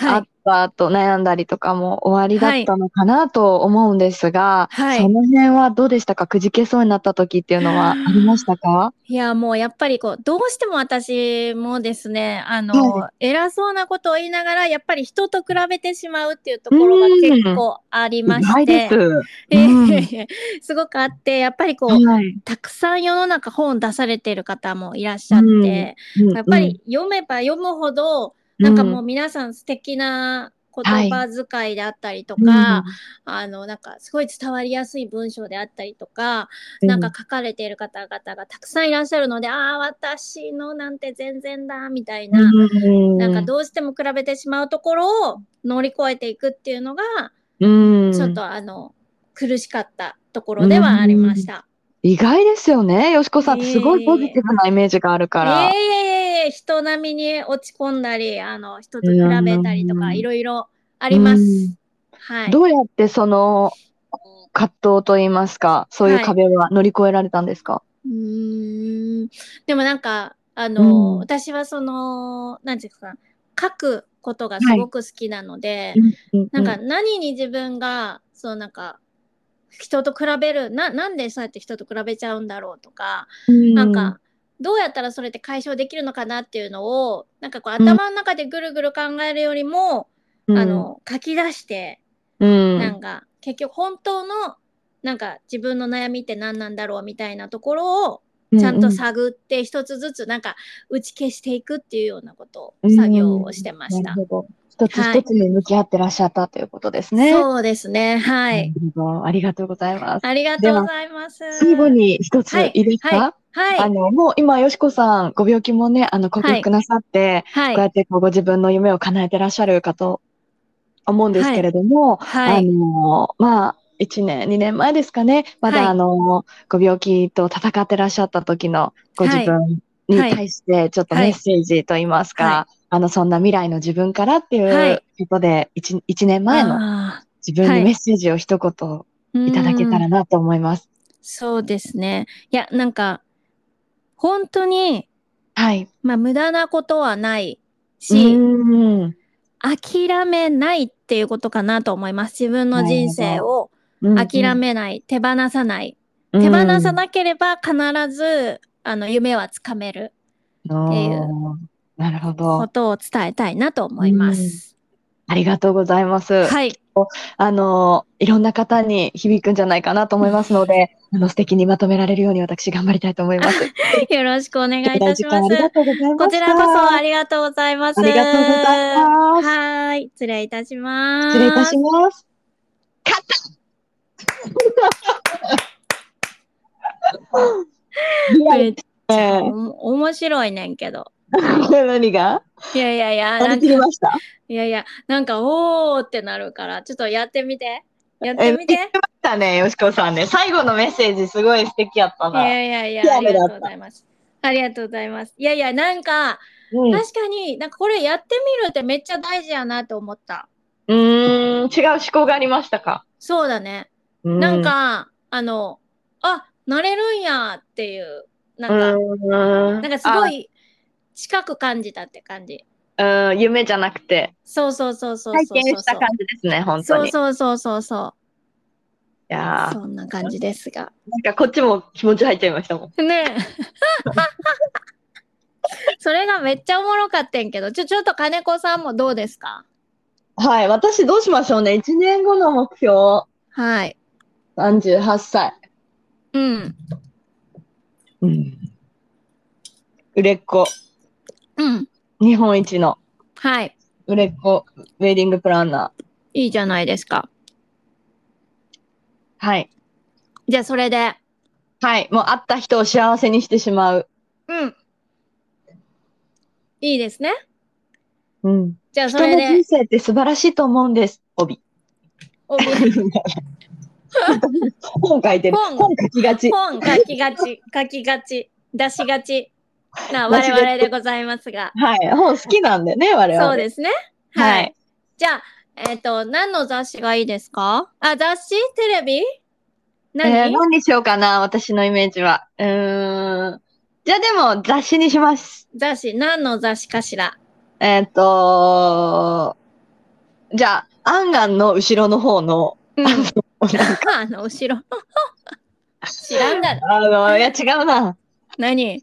[SPEAKER 2] ったと悩んだりとかも終わりだ
[SPEAKER 1] はい。
[SPEAKER 2] ったのかなと思うんですが、
[SPEAKER 1] はい。
[SPEAKER 2] その辺はどうでしたか？くじけそうになった時っていうのはありましたか？
[SPEAKER 1] いや、もうやっぱりこう、どうしても私もですね、
[SPEAKER 2] はい。
[SPEAKER 1] 偉そうなことを言いながら、やっぱり人と比べてしまうっていうと
[SPEAKER 2] う
[SPEAKER 1] ころが結
[SPEAKER 2] ーん。
[SPEAKER 1] 構あり
[SPEAKER 2] 意
[SPEAKER 1] まし
[SPEAKER 2] 外です。
[SPEAKER 1] て、
[SPEAKER 2] うん。
[SPEAKER 1] すごくあって、やっぱりこう、
[SPEAKER 2] はい。
[SPEAKER 1] たくさん世の中本出されている方もいらっし
[SPEAKER 2] う
[SPEAKER 1] ゃっ
[SPEAKER 2] ん。
[SPEAKER 1] て、
[SPEAKER 2] うんうん。
[SPEAKER 1] やっぱり読めば読むほど、なんかも
[SPEAKER 2] うん。
[SPEAKER 1] う皆さん素敵な言
[SPEAKER 2] はい。
[SPEAKER 1] 葉遣いであったりと
[SPEAKER 2] う
[SPEAKER 1] か、
[SPEAKER 2] ん。
[SPEAKER 1] なんかすごい伝わりやすい文章であったりとか、なんか
[SPEAKER 2] うん。
[SPEAKER 1] 書かれている方々がたくさんいらっしゃるので、ああ、私のなんて全然だみたい
[SPEAKER 2] う
[SPEAKER 1] な、なんか
[SPEAKER 2] ーん。
[SPEAKER 1] どうしても比べてしまうところを乗り越えていくっていうのが、
[SPEAKER 2] うーん。
[SPEAKER 1] ちょっと苦しかったとこ
[SPEAKER 2] う
[SPEAKER 1] ろではあり
[SPEAKER 2] ーん。
[SPEAKER 1] ました。
[SPEAKER 2] 意外ですよね。よしこ
[SPEAKER 1] い
[SPEAKER 2] さんってすごいポジ
[SPEAKER 1] えいえいえ。
[SPEAKER 2] ティブなイメージがあるか
[SPEAKER 1] いえい
[SPEAKER 2] ら。
[SPEAKER 1] えいえいえ、人並みに落ち込んだり、人
[SPEAKER 2] う
[SPEAKER 1] と比べ
[SPEAKER 2] ー
[SPEAKER 1] たりとか、い
[SPEAKER 2] ん。
[SPEAKER 1] ろいろあ
[SPEAKER 2] う
[SPEAKER 1] りま
[SPEAKER 2] ーん。
[SPEAKER 1] す。はい。
[SPEAKER 2] どうやってその葛藤と言いますか、そういう
[SPEAKER 1] はい。
[SPEAKER 2] 壁は乗り越えられたんですか？
[SPEAKER 1] うーん。でもなんか、
[SPEAKER 2] うん。
[SPEAKER 1] 私はなんていうんですか、書くことがす
[SPEAKER 2] はい。
[SPEAKER 1] ごく好きなので、
[SPEAKER 2] うんうん
[SPEAKER 1] なんか
[SPEAKER 2] うん。
[SPEAKER 1] 何に自分が、なんか、人と比べる、なんでそうやって人と比べちゃうんだろうとか、
[SPEAKER 2] うーん。
[SPEAKER 1] なんか、どうやったらそれって解消できるのかなっていうのを、なんかこう
[SPEAKER 2] うん。
[SPEAKER 1] 頭の中でぐるぐる考えるよりも、
[SPEAKER 2] うん。
[SPEAKER 1] 書き出して、
[SPEAKER 2] うん。
[SPEAKER 1] なんか、結局本当の、なんか自分の悩みって何なんだろうみたいなところを、ちゃんと
[SPEAKER 2] うんうん。
[SPEAKER 1] 探って一つずつなんか打ち消していくっていうようなことを、
[SPEAKER 2] うー
[SPEAKER 1] 作業をし
[SPEAKER 2] ん。
[SPEAKER 1] てました。
[SPEAKER 2] なるほど。一つ
[SPEAKER 1] はい。
[SPEAKER 2] 一つに向き合ってらっしゃったということですね。
[SPEAKER 1] そうですね、は
[SPEAKER 2] なる
[SPEAKER 1] い。
[SPEAKER 2] ほど。ありがとうございます。
[SPEAKER 1] ありがとうご
[SPEAKER 2] では、
[SPEAKER 1] ざいます。
[SPEAKER 2] 最後に一
[SPEAKER 1] はい、
[SPEAKER 2] ついいです
[SPEAKER 1] はい、
[SPEAKER 2] か？
[SPEAKER 1] はい、
[SPEAKER 2] もう今、よしこさん、ご病気もね、克
[SPEAKER 1] はい、
[SPEAKER 2] 服なさって、
[SPEAKER 1] はい、
[SPEAKER 2] こうやってこうご自分の夢を叶えてらっしゃるかと思うんですけ
[SPEAKER 1] はい、
[SPEAKER 2] れども、
[SPEAKER 1] はい、
[SPEAKER 2] まあ、1年、2年前ですかね、まだ
[SPEAKER 1] はい、
[SPEAKER 2] ご病気と戦ってらっしゃった時のご自
[SPEAKER 1] はい、
[SPEAKER 2] 分に
[SPEAKER 1] はい、
[SPEAKER 2] 対して、ちょっとメッ
[SPEAKER 1] はい、
[SPEAKER 2] セージといいます
[SPEAKER 1] はい、
[SPEAKER 2] か、そんな未来の自分からっていう
[SPEAKER 1] はい。
[SPEAKER 2] ことで、一年前の
[SPEAKER 1] ああ、
[SPEAKER 2] 自分にメッ
[SPEAKER 1] はい。
[SPEAKER 2] セージを一言
[SPEAKER 1] う
[SPEAKER 2] いただけ
[SPEAKER 1] ーん、
[SPEAKER 2] たらなと思います。
[SPEAKER 1] そうですね。いや、なんか、本当に、
[SPEAKER 2] はい。
[SPEAKER 1] まあ、無駄なことはない
[SPEAKER 2] うー
[SPEAKER 1] し、
[SPEAKER 2] ん。
[SPEAKER 1] 諦めないっていうことかなと思います。自分の
[SPEAKER 2] なる
[SPEAKER 1] 人
[SPEAKER 2] ほど。
[SPEAKER 1] 生を
[SPEAKER 2] うんう
[SPEAKER 1] 諦
[SPEAKER 2] ん。
[SPEAKER 1] めない、手放さない。
[SPEAKER 2] う
[SPEAKER 1] 手放さ
[SPEAKER 2] ん。
[SPEAKER 1] なければ必ず、夢はつかめるっていう
[SPEAKER 2] おー、なるほど。
[SPEAKER 1] ことを伝えたいなと
[SPEAKER 2] う
[SPEAKER 1] 思いま
[SPEAKER 2] ん。
[SPEAKER 1] す。
[SPEAKER 2] ありがとうございます。
[SPEAKER 1] はい。
[SPEAKER 2] いろんな方に響くんじゃないかなと思いますので、素敵にまとめられるように私頑張りたいと思います。
[SPEAKER 1] よろしくお願いいたします。
[SPEAKER 2] お時間ありがとうござい
[SPEAKER 1] こ
[SPEAKER 2] ました。
[SPEAKER 1] ちらこそありがとうございます。
[SPEAKER 2] ありがとうござい
[SPEAKER 1] は
[SPEAKER 2] ます。
[SPEAKER 1] ーい。失礼いたし
[SPEAKER 2] 失礼いたし
[SPEAKER 1] ます。
[SPEAKER 2] ます。勝ったリアル
[SPEAKER 1] めっちゃ
[SPEAKER 2] ね。
[SPEAKER 1] 面白いねんけど。
[SPEAKER 2] 何が
[SPEAKER 1] いやいやいや、
[SPEAKER 2] 割り
[SPEAKER 1] なんか、
[SPEAKER 2] 切りました？
[SPEAKER 1] いやいや、なんか、おーってなるから、ちょっとやってみて。やってみて。
[SPEAKER 2] 乗り切りましたね、よしこさんね。最後のメッセージすごい素敵やった
[SPEAKER 1] い
[SPEAKER 2] な。
[SPEAKER 1] やいやいや、
[SPEAKER 2] ピ
[SPEAKER 1] ありがとうござ
[SPEAKER 2] アノだった。
[SPEAKER 1] います。ありがとうございます。いやいや、なんか、
[SPEAKER 2] うん。
[SPEAKER 1] 確かになんかこれやってみるってめっちゃ大事やなと思った。
[SPEAKER 2] 違う思考がありましたか？
[SPEAKER 1] そうだね。
[SPEAKER 2] う
[SPEAKER 1] なん
[SPEAKER 2] ん。
[SPEAKER 1] か、なれるんやっていう、な
[SPEAKER 2] う
[SPEAKER 1] んか、
[SPEAKER 2] ーん。
[SPEAKER 1] すごい近く感じたって感じ。
[SPEAKER 2] 夢じゃなくて、
[SPEAKER 1] そうそうそうそう
[SPEAKER 2] 体
[SPEAKER 1] そうそうそう。
[SPEAKER 2] 験した感じですね、本当
[SPEAKER 1] そう
[SPEAKER 2] に。い
[SPEAKER 1] そうそうそうそう。
[SPEAKER 2] や
[SPEAKER 1] そんな感じですが。
[SPEAKER 2] なんかこっちも気持ち入っちゃいましたもん。
[SPEAKER 1] ねえ。それがめっちゃおもろかったんけど、ちょっと金子さんもどうですか？
[SPEAKER 2] はい、私どうしましょうね。1年後の目標、
[SPEAKER 1] はい。
[SPEAKER 2] 38歳。
[SPEAKER 1] うん。
[SPEAKER 2] うん。売れっ子。
[SPEAKER 1] うん。
[SPEAKER 2] 日本一の
[SPEAKER 1] はい。
[SPEAKER 2] 売れっ子ウェディングプランナ
[SPEAKER 1] いいじゃないですか。
[SPEAKER 2] ー。はい。
[SPEAKER 1] じゃあそれで。
[SPEAKER 2] はい。もう会った人を幸せにしてしまう。
[SPEAKER 1] うん。いいですね。
[SPEAKER 2] うん。
[SPEAKER 1] じゃあそ
[SPEAKER 2] 人の人
[SPEAKER 1] れで、
[SPEAKER 2] 生って素晴らしいと思うんです。帯。
[SPEAKER 1] 帯、
[SPEAKER 2] 本書いてる。
[SPEAKER 1] 本、
[SPEAKER 2] 本書きがち。
[SPEAKER 1] 本書きがち、書きがち、出しがちな我
[SPEAKER 2] 出しがち。
[SPEAKER 1] 々でございますが。
[SPEAKER 2] はい。本好きなんでね、我々。
[SPEAKER 1] そうですね。はい。
[SPEAKER 2] はい。
[SPEAKER 1] じゃあ、何の雑誌がいいですか？あ、雑誌テレビ何
[SPEAKER 2] 何にしようかな、私のイメージは。じゃあでも雑誌にします。
[SPEAKER 1] 雑誌、何の雑誌かしら？
[SPEAKER 2] えっと、 じゃあ、アンガンの後ろの方の、
[SPEAKER 1] うん。
[SPEAKER 2] なんか
[SPEAKER 1] 後ろ。知らんがな。
[SPEAKER 2] いや違うな。
[SPEAKER 1] 何？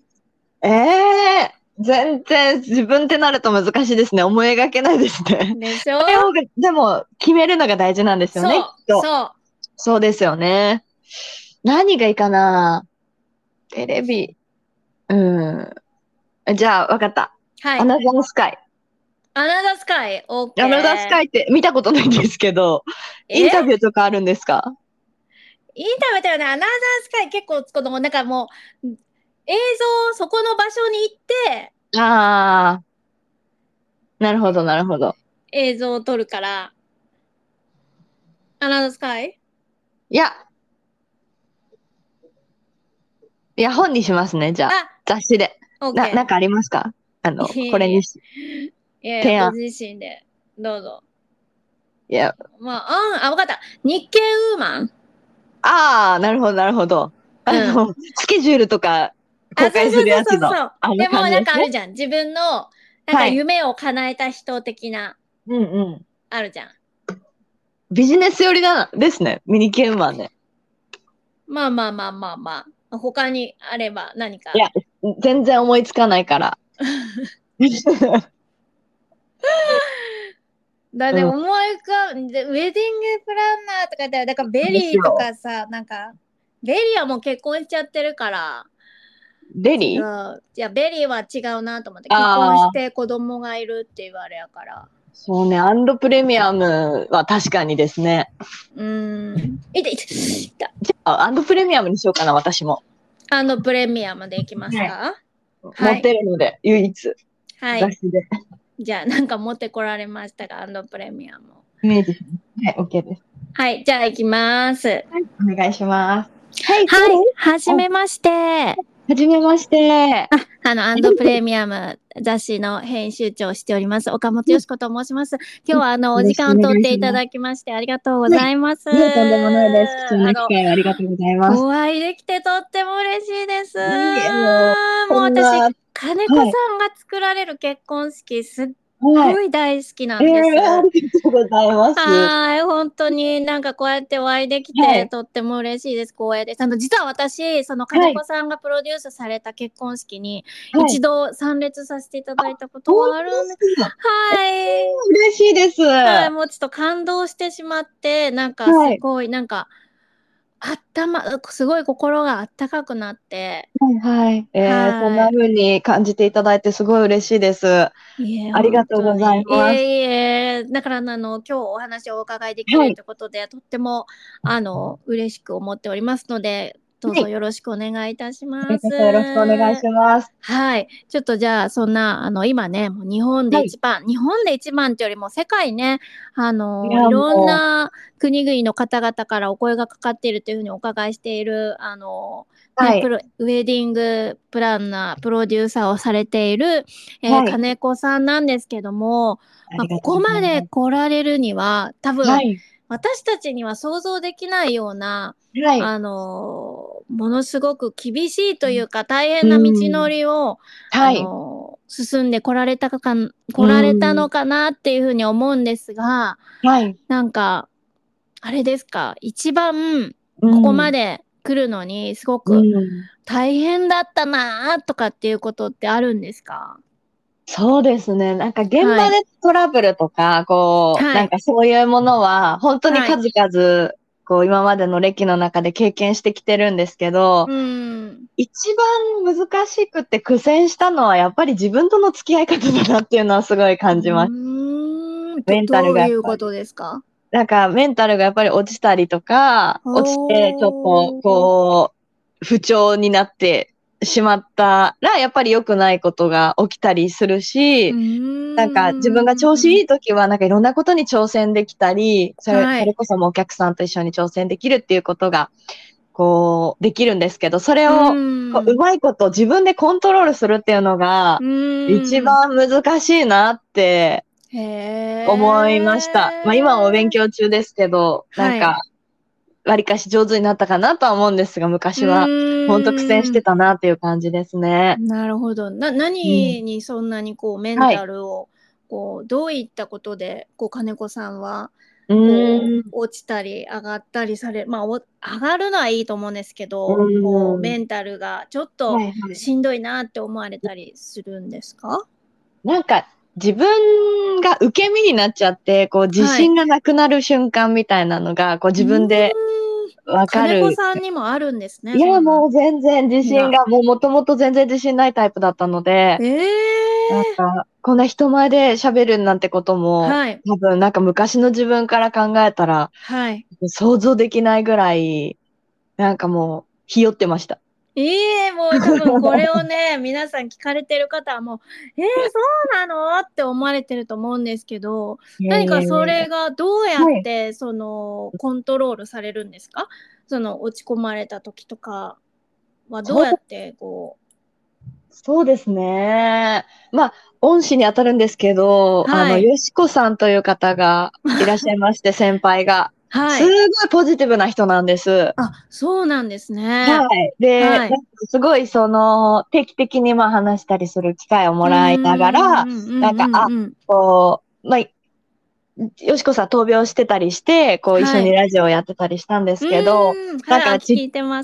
[SPEAKER 2] 全然自分ってなると難しいですね。思い描けないですね。
[SPEAKER 1] でしょ？
[SPEAKER 2] それをでも決めるのが大事なんですよね、きっと。
[SPEAKER 1] そう。
[SPEAKER 2] そうですよね。何がいいかな。テレビ。うん。じゃあ、わかった。
[SPEAKER 1] はい。
[SPEAKER 2] アナザースカイ。
[SPEAKER 1] アナザースカイ、オッケ
[SPEAKER 2] アナザースカ
[SPEAKER 1] ー。
[SPEAKER 2] イって見たことないんですけど、インタビューとかあるんですか？
[SPEAKER 1] インタビューだよね。アナザースカイ結構なんかもう、映像、そこの場所に行って、
[SPEAKER 2] ああ、なるほど、なるほど。
[SPEAKER 1] 映像を撮るから、アナザースカイ。
[SPEAKER 2] いや、本にしますね、じゃあ。
[SPEAKER 1] あ、
[SPEAKER 2] 雑誌で。
[SPEAKER 1] オッケ
[SPEAKER 2] なんかありますか？
[SPEAKER 1] ー。
[SPEAKER 2] これにし、
[SPEAKER 1] いやいや、
[SPEAKER 2] 提案。
[SPEAKER 1] ご自身で、どうぞ。
[SPEAKER 2] いや、
[SPEAKER 1] まあ、わかった。日経ウーマン。
[SPEAKER 2] なるほど、なるほど。
[SPEAKER 1] うん。
[SPEAKER 2] スケジュールとか公
[SPEAKER 1] そう
[SPEAKER 2] 開するやつの、あんな
[SPEAKER 1] でもなん
[SPEAKER 2] 感じですね。
[SPEAKER 1] かあるじゃん。自分の、なんか
[SPEAKER 2] はい。
[SPEAKER 1] 夢を叶えた人的な、
[SPEAKER 2] うんうん。
[SPEAKER 1] あるじゃん。
[SPEAKER 2] ビジネス寄りですね。ミニケンマンね。
[SPEAKER 1] まあ。他にあれば何か。
[SPEAKER 2] いや、全然思いつかないから。
[SPEAKER 1] だね、
[SPEAKER 2] うん、
[SPEAKER 1] 思い浮かんで、ウェディングプランナーとか言ったら、だからベ
[SPEAKER 2] そうです
[SPEAKER 1] リーと
[SPEAKER 2] よ。
[SPEAKER 1] かさ、なんか、ベリーはもう結婚しちゃってるから、違
[SPEAKER 2] デリー。
[SPEAKER 1] う。いや、ベリーは違うなと思って、結婚し
[SPEAKER 2] ああ
[SPEAKER 1] て子供がいるって言われやから。
[SPEAKER 2] そうね、アンドプレミアムは確かにですね。
[SPEAKER 1] いた。
[SPEAKER 2] アンドプレミアムにしようかな、私も。
[SPEAKER 1] プレミアムでいきますか？
[SPEAKER 2] 持ってるので、唯一。
[SPEAKER 1] はい。
[SPEAKER 2] 雑誌で。
[SPEAKER 1] じゃあ、なんか持ってこられましたが、プレミアムを。
[SPEAKER 2] イメージ。はい、OK です。
[SPEAKER 1] はい、じゃあ行きます。はい、
[SPEAKER 2] お願いします。はい、
[SPEAKER 1] はじめまして。
[SPEAKER 2] はじめまして。
[SPEAKER 1] プレミアム雑誌の編集長をしております、岡本よしこと申します。今日はお時間を取っていただきましてありがとうございます。
[SPEAKER 2] いえ、とんでもないです。貴重な機会をありがとうございます。
[SPEAKER 1] お会いできてとっても嬉しいです。
[SPEAKER 2] いえ、も
[SPEAKER 1] もう私、
[SPEAKER 2] は
[SPEAKER 1] 金子さんが作られる結婚式すっ
[SPEAKER 2] はい。
[SPEAKER 1] ごい大好きなんです。
[SPEAKER 2] ありがとうございます。
[SPEAKER 1] はい、本当になんかこうやってお会いできてとっても嬉しいです。光栄です。実は私、その金子さんがプロデュースされた結婚式に一度参列させていただいたことがあるんで、はい。
[SPEAKER 2] 嬉しいです。
[SPEAKER 1] はい、もうちょっと感動してしまって、なんかすごい、なんか、すごい心があったかくなって、
[SPEAKER 2] はい。そんな風に感じていただいてすごい嬉しいです。
[SPEAKER 1] いえ、
[SPEAKER 2] ありが
[SPEAKER 1] 本
[SPEAKER 2] とうござい
[SPEAKER 1] 当に。
[SPEAKER 2] ます。
[SPEAKER 1] だから、今日お話をお伺いできるということで、とっても、嬉しく思っておりますので、どうぞよろしくお願いいたします。
[SPEAKER 2] よろしくお願いします。
[SPEAKER 1] はい。ちょっとじゃあ、そんな、今ね、もう日本で一番ってよりも世界ね、いろんな国々の方々からお声がかかっているというふうにお伺いしている、ウェディングプランナー、プロデューサーをされている、金子さんなんですけども、ここまで来られるには、多分、私たちには想像できないような、ものすごく厳しいというか大変な道のりを、進んで来られたのかなっていうふうに思うんですが、なんか、あれですか、一番ここまで来るのにすごく大変だったなとかっていうことってあるんですか？
[SPEAKER 2] そうですね。なんか現場でトラブルとか、なんかそういうものは、本当に数々、今までの歴の中で経験してきてるんですけど、一番難しくて苦戦したのは、やっぱり自分との付き合い方だなっていうのはすごい感じます。メンタルが。
[SPEAKER 1] どういうことですか？
[SPEAKER 2] なんかメンタルがやっぱり落ちたりとか、落ちてちょっと不調になってしまったら、やっぱり良くないことが起きたりするし、なんか自分が調子いい時はなんかいろんなことに挑戦できたり、それこそもお客さんと一緒に挑戦できるっていうことが、できるんですけど、それをうまいこと自分でコントロールするっていうのが、一番難しいなって思いました。今はお勉強中ですけど、なんか、わりかし上手になったかなとは思うんですが、昔は本当苦戦してたなっていう感じですね。
[SPEAKER 1] なるほど。何にそんなにメンタルをこうどういったことでこう金子さんは
[SPEAKER 2] う
[SPEAKER 1] こう
[SPEAKER 2] ん。
[SPEAKER 1] 落ちたり上がったりされまあ上がるのはいいと思うんですけ
[SPEAKER 2] う
[SPEAKER 1] ど、こうメ
[SPEAKER 2] ん。
[SPEAKER 1] ンタルがちょっと
[SPEAKER 2] はいはい。
[SPEAKER 1] しんどいなって思われたりするんですか？
[SPEAKER 2] なんか、自分が受け身になっちゃって、こう、自
[SPEAKER 1] はい。
[SPEAKER 2] 信がなくなる瞬間みたいなのが、こう、
[SPEAKER 1] う
[SPEAKER 2] 自分で
[SPEAKER 1] ーん。
[SPEAKER 2] わかる。
[SPEAKER 1] 金子さんにもあるんですね、
[SPEAKER 2] いや、
[SPEAKER 1] そんな
[SPEAKER 2] もう全然自
[SPEAKER 1] 日が。
[SPEAKER 2] 信が、もともと全然自信ないタイプだったので、
[SPEAKER 1] ええ。
[SPEAKER 2] こんな人前で喋るなんてことも、
[SPEAKER 1] はい。
[SPEAKER 2] 多分なんか昔の自分から考えたら、
[SPEAKER 1] はい。
[SPEAKER 2] 想像できないぐらい、なんかもう、ひよってました。
[SPEAKER 1] もう多分これをね、皆さん聞かれてる方はもう、そうなの？って思われてると思うんですけど、
[SPEAKER 2] いやいや
[SPEAKER 1] 何かそ
[SPEAKER 2] いや。
[SPEAKER 1] れがどうやっ
[SPEAKER 2] はい。
[SPEAKER 1] てそのコントロールされるんですか？その落ち込まれた時とかはど
[SPEAKER 2] そう
[SPEAKER 1] うやってこう
[SPEAKER 2] そうですね。まあ、恩師に当たるんですけど、
[SPEAKER 1] はい。
[SPEAKER 2] よしこさんという方がいらっしゃいまして、先輩が。すごい
[SPEAKER 1] はい。
[SPEAKER 2] ポジティブな人なんです。
[SPEAKER 1] あ、そうなんですね。
[SPEAKER 2] はい。で、
[SPEAKER 1] はい。
[SPEAKER 2] なんかすごい定期的にまあ話したりする機会をも
[SPEAKER 1] うん
[SPEAKER 2] らいながら、
[SPEAKER 1] うんうん
[SPEAKER 2] なんか、
[SPEAKER 1] うんうんうん。
[SPEAKER 2] まあ、よしこさん闘病してたりして、こう一緒
[SPEAKER 1] はい。
[SPEAKER 2] にラジオをやってたりしたんで
[SPEAKER 1] う
[SPEAKER 2] すけど、
[SPEAKER 1] ーん、はい、あ、
[SPEAKER 2] なんか
[SPEAKER 1] 聞いてます。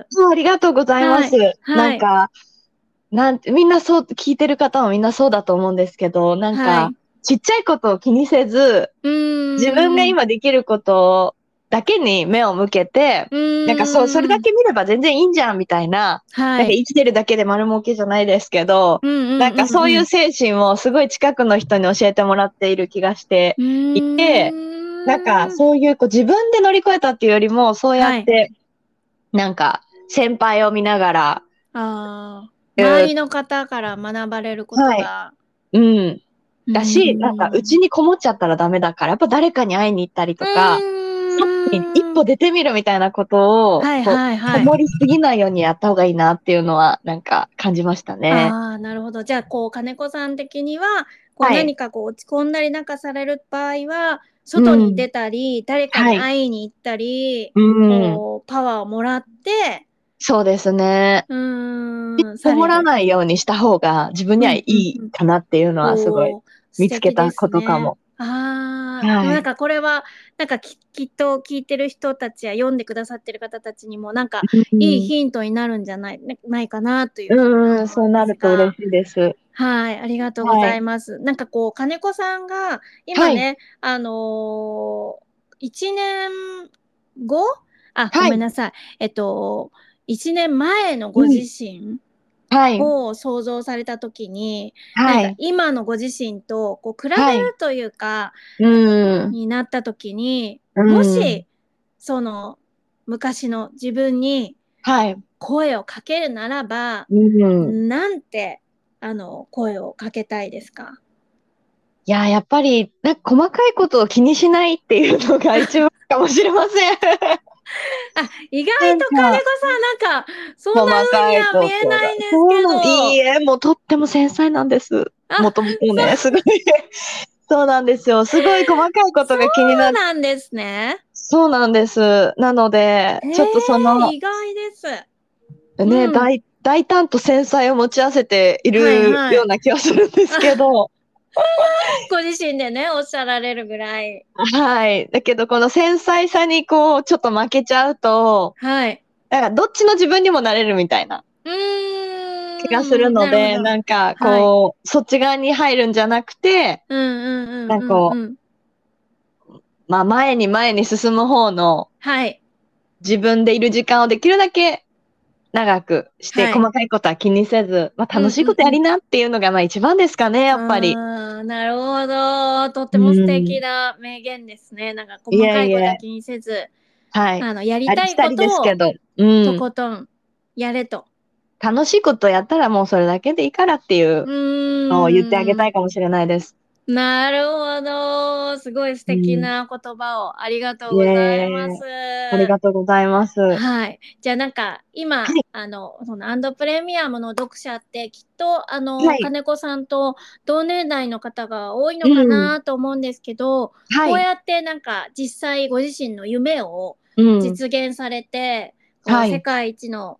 [SPEAKER 2] そうありがとうございます。
[SPEAKER 1] はい、はい、
[SPEAKER 2] なんか、みんなそう、聞いてる方もみんなそうだと思うんですけど、なんか、
[SPEAKER 1] はい。
[SPEAKER 2] ちっちゃいことを気にせず、
[SPEAKER 1] う
[SPEAKER 2] 自分が
[SPEAKER 1] ーん、
[SPEAKER 2] 今できることだけに目を向けて、
[SPEAKER 1] う
[SPEAKER 2] なんかそれ
[SPEAKER 1] ーん、
[SPEAKER 2] だけ見れば全然いいんじゃんみたいな、なんか
[SPEAKER 1] はい。
[SPEAKER 2] 生きてるだけで丸儲けじゃないですけど、
[SPEAKER 1] うん
[SPEAKER 2] なんかそういう
[SPEAKER 1] うんうん
[SPEAKER 2] 精神をすごい近くの人に教えてもらっている気がして
[SPEAKER 1] うん。
[SPEAKER 2] いて、なんか
[SPEAKER 1] うーん。
[SPEAKER 2] そういうこう自分で乗り越えたっていうよりも、そうや
[SPEAKER 1] はい。
[SPEAKER 2] って、なんか先輩を見ながら、
[SPEAKER 1] ああ、
[SPEAKER 2] うー
[SPEAKER 1] 周りの方から学ばれること
[SPEAKER 2] はい。
[SPEAKER 1] が
[SPEAKER 2] うん。
[SPEAKER 1] う
[SPEAKER 2] だし、なんか、うち
[SPEAKER 1] ーん。
[SPEAKER 2] にこもっちゃったらダメだから、やっぱ誰かに会いに行ったり
[SPEAKER 1] う
[SPEAKER 2] とか、外に一
[SPEAKER 1] ーん。
[SPEAKER 2] 歩出てみるみたいなことを、
[SPEAKER 1] はい
[SPEAKER 2] こう、
[SPEAKER 1] はいはい。
[SPEAKER 2] こもりすぎないようにやった方がいいなっていうのは、なんか感じましたね。
[SPEAKER 1] ああ、なるほど。じゃあ、こう、金子さん的には、こう、
[SPEAKER 2] はい。
[SPEAKER 1] 何かこう、落ち込んだりなんかされる場合は、
[SPEAKER 2] うん。
[SPEAKER 1] 外に出たり、誰かに
[SPEAKER 2] はい。
[SPEAKER 1] 会いに行ったり、
[SPEAKER 2] うん。
[SPEAKER 1] こう、パワーをもらって、
[SPEAKER 2] そうですね。こ
[SPEAKER 1] される。
[SPEAKER 2] もらないようにした方が自分にはい
[SPEAKER 1] うんうんうん。
[SPEAKER 2] いかなっていうのはすごい
[SPEAKER 1] おお、素
[SPEAKER 2] 見つけ
[SPEAKER 1] 敵で
[SPEAKER 2] たこ
[SPEAKER 1] すね。
[SPEAKER 2] とかも。
[SPEAKER 1] ああ、でも
[SPEAKER 2] はい。
[SPEAKER 1] なんかこれは、なんかきっと聞いてる人たちや読んでくださってる方たちにも、なんか
[SPEAKER 2] うん。
[SPEAKER 1] いいヒントになるんじゃないかなというふうに
[SPEAKER 2] うん、
[SPEAKER 1] 思うんで
[SPEAKER 2] そうなると嬉
[SPEAKER 1] すが。
[SPEAKER 2] しいです。
[SPEAKER 1] はい、ありがとうご
[SPEAKER 2] はい。
[SPEAKER 1] ざいます。なんかこう、金子さんが今
[SPEAKER 2] はい。
[SPEAKER 1] ね、1年後ご
[SPEAKER 2] はい。
[SPEAKER 1] めんなさい。1年前のご自
[SPEAKER 2] うん。
[SPEAKER 1] 身
[SPEAKER 2] はい。
[SPEAKER 1] を想像された時に、なんか
[SPEAKER 2] はい。
[SPEAKER 1] 今のご自身とこう比べる
[SPEAKER 2] はい。
[SPEAKER 1] というか
[SPEAKER 2] うーん。
[SPEAKER 1] になった時に、
[SPEAKER 2] う
[SPEAKER 1] も
[SPEAKER 2] ーん。
[SPEAKER 1] し、その昔の自分に
[SPEAKER 2] はい。
[SPEAKER 1] 声をかけるならば、
[SPEAKER 2] うーん。
[SPEAKER 1] なんて、声をかけたいですか？
[SPEAKER 2] いや、やっぱり、細かいことを気にしないっていうのが一番かもしれません。
[SPEAKER 1] あ、意外
[SPEAKER 2] なん
[SPEAKER 1] と金子
[SPEAKER 2] か、
[SPEAKER 1] さん、なんか、そんな
[SPEAKER 2] 細かい
[SPEAKER 1] 風には見
[SPEAKER 2] ことが。
[SPEAKER 1] えないんですけ
[SPEAKER 2] いい
[SPEAKER 1] ど。
[SPEAKER 2] え、もうとっても繊細なんです。
[SPEAKER 1] あ、
[SPEAKER 2] もともとね、
[SPEAKER 1] そう、
[SPEAKER 2] すごいそうなんですよ。すごい細かいこと
[SPEAKER 1] そ
[SPEAKER 2] が気になっ
[SPEAKER 1] うなんですね。
[SPEAKER 2] そうなんです。なので、
[SPEAKER 1] へ
[SPEAKER 2] ちょっと
[SPEAKER 1] 意外です。
[SPEAKER 2] ね、
[SPEAKER 1] うん。
[SPEAKER 2] 大胆と繊細を持ち合わせてい
[SPEAKER 1] はい
[SPEAKER 2] る
[SPEAKER 1] はい。
[SPEAKER 2] ような気はするんですけど、
[SPEAKER 1] ご自身でね、おっしゃられるぐらい。
[SPEAKER 2] はい。だけど、この繊細さにこう、ちょっと負けちゃうと、
[SPEAKER 1] はい。
[SPEAKER 2] なんかどっちの自分にもなれるみたいな
[SPEAKER 1] う
[SPEAKER 2] 気がする
[SPEAKER 1] ーん、
[SPEAKER 2] ので、
[SPEAKER 1] なるほど。
[SPEAKER 2] なんか
[SPEAKER 1] はい。
[SPEAKER 2] こう、そっち側に入るんじゃなくて、
[SPEAKER 1] うんうんうん
[SPEAKER 2] なんかこ
[SPEAKER 1] うんうん。
[SPEAKER 2] まあ前に前に進む方の
[SPEAKER 1] はい。
[SPEAKER 2] 自分でいる時間をできるだけ長くして、
[SPEAKER 1] はい。
[SPEAKER 2] 細かいことは気にせず、まあ
[SPEAKER 1] うん
[SPEAKER 2] 楽しいことやり
[SPEAKER 1] うんうん。
[SPEAKER 2] なっていうのがまあ一番ですかね、やっぱり。
[SPEAKER 1] なるほど。とっ
[SPEAKER 2] う
[SPEAKER 1] ても素敵
[SPEAKER 2] ん。
[SPEAKER 1] な名言ですね。なんか
[SPEAKER 2] い
[SPEAKER 1] 細かい
[SPEAKER 2] えいえ、
[SPEAKER 1] ことは気にせず、
[SPEAKER 2] はい。
[SPEAKER 1] やり
[SPEAKER 2] あり
[SPEAKER 1] たいこ
[SPEAKER 2] きたりです
[SPEAKER 1] とを
[SPEAKER 2] けど、う
[SPEAKER 1] と
[SPEAKER 2] ん。
[SPEAKER 1] ことんやれと。
[SPEAKER 2] 楽しいことやったらもうそれだけでいいからっていう
[SPEAKER 1] う
[SPEAKER 2] のを言ってあげ
[SPEAKER 1] ーん。
[SPEAKER 2] たいかもしれないです。
[SPEAKER 1] なるほど。すごい素
[SPEAKER 2] うん。
[SPEAKER 1] 敵な言葉をありがとう
[SPEAKER 2] いえい
[SPEAKER 1] ございます。
[SPEAKER 2] え、ありがとうございます。は
[SPEAKER 1] はい。じゃあなんか、今、
[SPEAKER 2] い、
[SPEAKER 1] そのアンドプレミアムの読者ってきっと、
[SPEAKER 2] はい、
[SPEAKER 1] 金子さんと同年代の方が多い
[SPEAKER 2] う
[SPEAKER 1] のか
[SPEAKER 2] ん、
[SPEAKER 1] なと思うんですけど、
[SPEAKER 2] はい、
[SPEAKER 1] こうやってなんか実際ご自身の夢を
[SPEAKER 2] うん、
[SPEAKER 1] 実現されて、こう
[SPEAKER 2] はい、
[SPEAKER 1] 世界一の、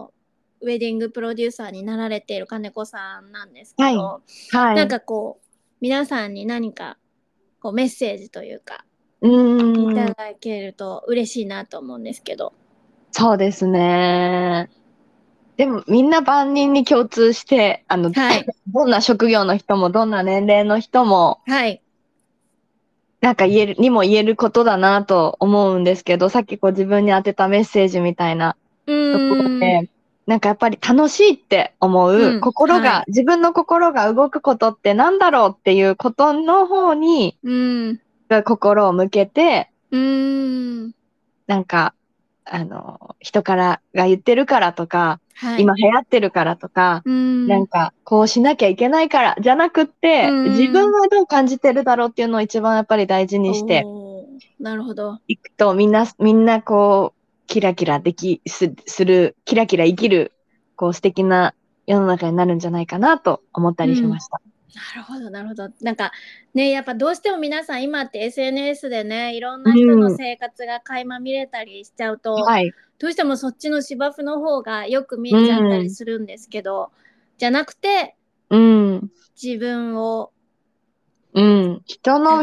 [SPEAKER 1] ウェディングプロデューサーになられている金子さんなんですけ
[SPEAKER 2] はい、
[SPEAKER 1] ど、なん
[SPEAKER 2] はい、
[SPEAKER 1] かこう皆さんに何かこうメッセージというかいただけると嬉しいなと思うんですけど。
[SPEAKER 2] そうですね。でもみんな万人に共通して、
[SPEAKER 1] はい。
[SPEAKER 2] どんな職業の人もどんな年齢の人も、
[SPEAKER 1] はい。
[SPEAKER 2] なんか言えることだなと思うんですけど、さっきこう自分に当てたメッセージみたいなところで、なんかやっぱり楽しいって思う、
[SPEAKER 1] はい。
[SPEAKER 2] 自分の心が動くことってなんだろうっていうことの方に、心を向けて、なんか、人からが言ってるからとか、
[SPEAKER 1] はい。
[SPEAKER 2] 今流行ってるからとか、なんか、こうしなきゃいけないからじゃなくって、自分はどう感じてるだろうっていうのを一番やっぱり大事にして
[SPEAKER 1] なるほど。
[SPEAKER 2] いくと、みんなこう、キラキラする、キラキラ生きる、こう素敵な世の中になるんじゃないかなと思ったりしました。
[SPEAKER 1] なるほど、なるほど。なんかね、やっぱどうしても皆さん今って SNS でね、いろんな人の生活が垣間見れたりしちゃうと、どうしてもそっちの芝生の方がよく見えちゃったりするんですけど、じゃなくて、自分を、
[SPEAKER 2] 人の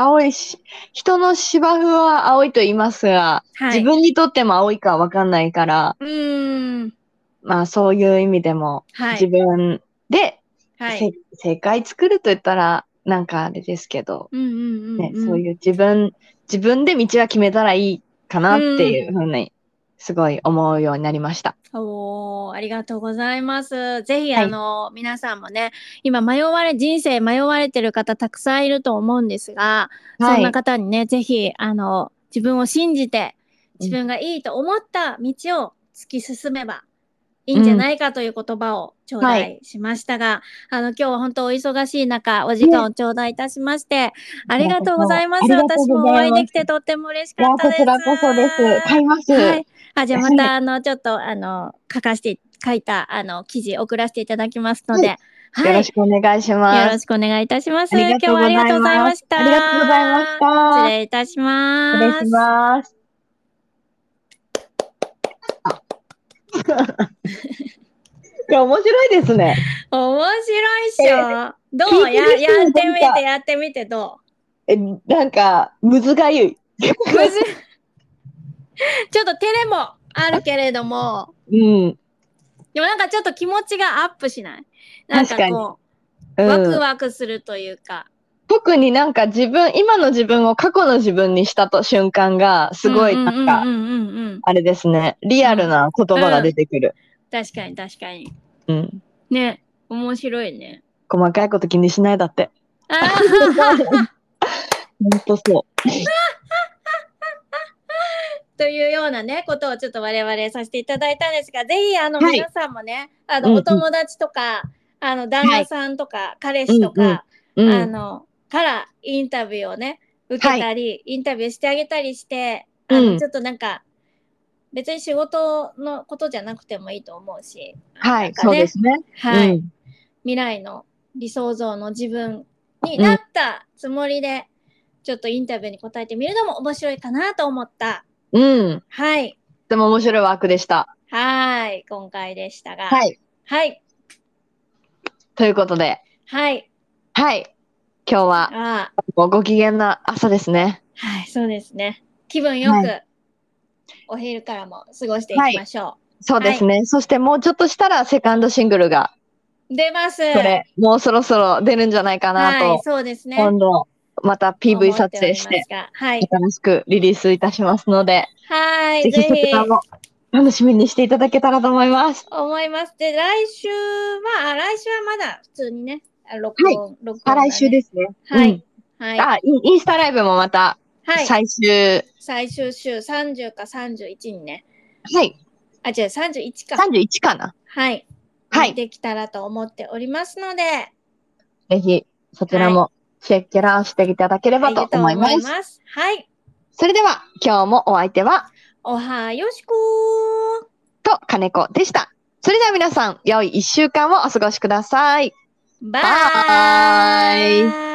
[SPEAKER 2] 芝生は青いと言いますが、自分にとっても青いかわかんないから、まあそういう意味でも、自分で、正解作ると言ったらなんかあれですけど、そういう自分で道は決めたらいいかなっていうふうに、すごい思うようになりました。
[SPEAKER 1] ありがとうございます。ぜひ、皆さんもね、今人生迷われてる方たくさんいると思うんですが、そんな方にね、ぜひ、自分を信じて、自分がいいと思った道を突き進めばいいんじゃないかという言葉を頂戴しましたが、今日は本当お忙しい中、お時間を頂戴いたしましてありがとうございます。私もお会いできてとっても嬉しかったです。
[SPEAKER 2] こちらこそです。買います。
[SPEAKER 1] はい。じゃあまた、ちょっと、書いた、記事送らせていただきますので、
[SPEAKER 2] はい。よろしくお願いします。
[SPEAKER 1] よろしくお願いいたします。今日はありがとうございました。
[SPEAKER 2] ありがとうございました。
[SPEAKER 1] 失礼いたします。
[SPEAKER 2] 失礼します。これ面白いですね。
[SPEAKER 1] 面白いっしょ。どうやってみてど
[SPEAKER 2] うなんか、むずがゆい。
[SPEAKER 1] ちょっと照れもあるけれども、でもなんかちょっと気持ちがアップしない？なんかこう、ワクワクするというか。
[SPEAKER 2] 特になんか今の自分を過去の自分にした瞬間が、すごいなんか、あれですね、リアルな言葉が出てくる。
[SPEAKER 1] 確かに確かに。ね、面白いね。
[SPEAKER 2] 細かいこと気にしないだって。ほんとそう。
[SPEAKER 1] というようなね、ことをちょっと我々させていただいたんですが、ぜひ皆さんもね、お友達とか、旦那さんとか、彼氏とか、からインタビューをね、受けたり、インタビューしてあげたりして、ちょっとなんか、別に仕事のことじゃなくてもいいと思うし、
[SPEAKER 2] そうですね。
[SPEAKER 1] 未来の理想像の自分になったつもりで、ちょっとインタビューに答えてみるのも面白いかなと思った。はい。
[SPEAKER 2] とても面白いワークでした。
[SPEAKER 1] 今回でしたが。
[SPEAKER 2] はい。ということで。
[SPEAKER 1] はい。
[SPEAKER 2] 今日はご機嫌な朝ですね。
[SPEAKER 1] そうですね。気分よく、お昼からも過ごしていきましょ
[SPEAKER 2] う。そうですね。そしてもうちょっとしたらセカンドシングルが
[SPEAKER 1] 出ます。
[SPEAKER 2] もうそろそろ出るんじゃないかなと。
[SPEAKER 1] そうですね。
[SPEAKER 2] 今度また PV 撮影して新しくリリースいたしますので、ぜひそちらも楽しみにしていただけたらと思います。
[SPEAKER 1] で、来週はまだ普通にね、録音
[SPEAKER 2] 再来週ですね。インスタライブもまた最終
[SPEAKER 1] 週30か31にね。
[SPEAKER 2] 違う、
[SPEAKER 1] 31か。
[SPEAKER 2] 31かな。
[SPEAKER 1] できたらと思っておりますので、
[SPEAKER 2] ぜひそちらもチェックアウトしていただければと思います。それでは今日もお相手は
[SPEAKER 1] おはよしこ
[SPEAKER 2] ーと金子でした。それでは皆さん、良い1週間をお過ごしください。
[SPEAKER 1] バイ。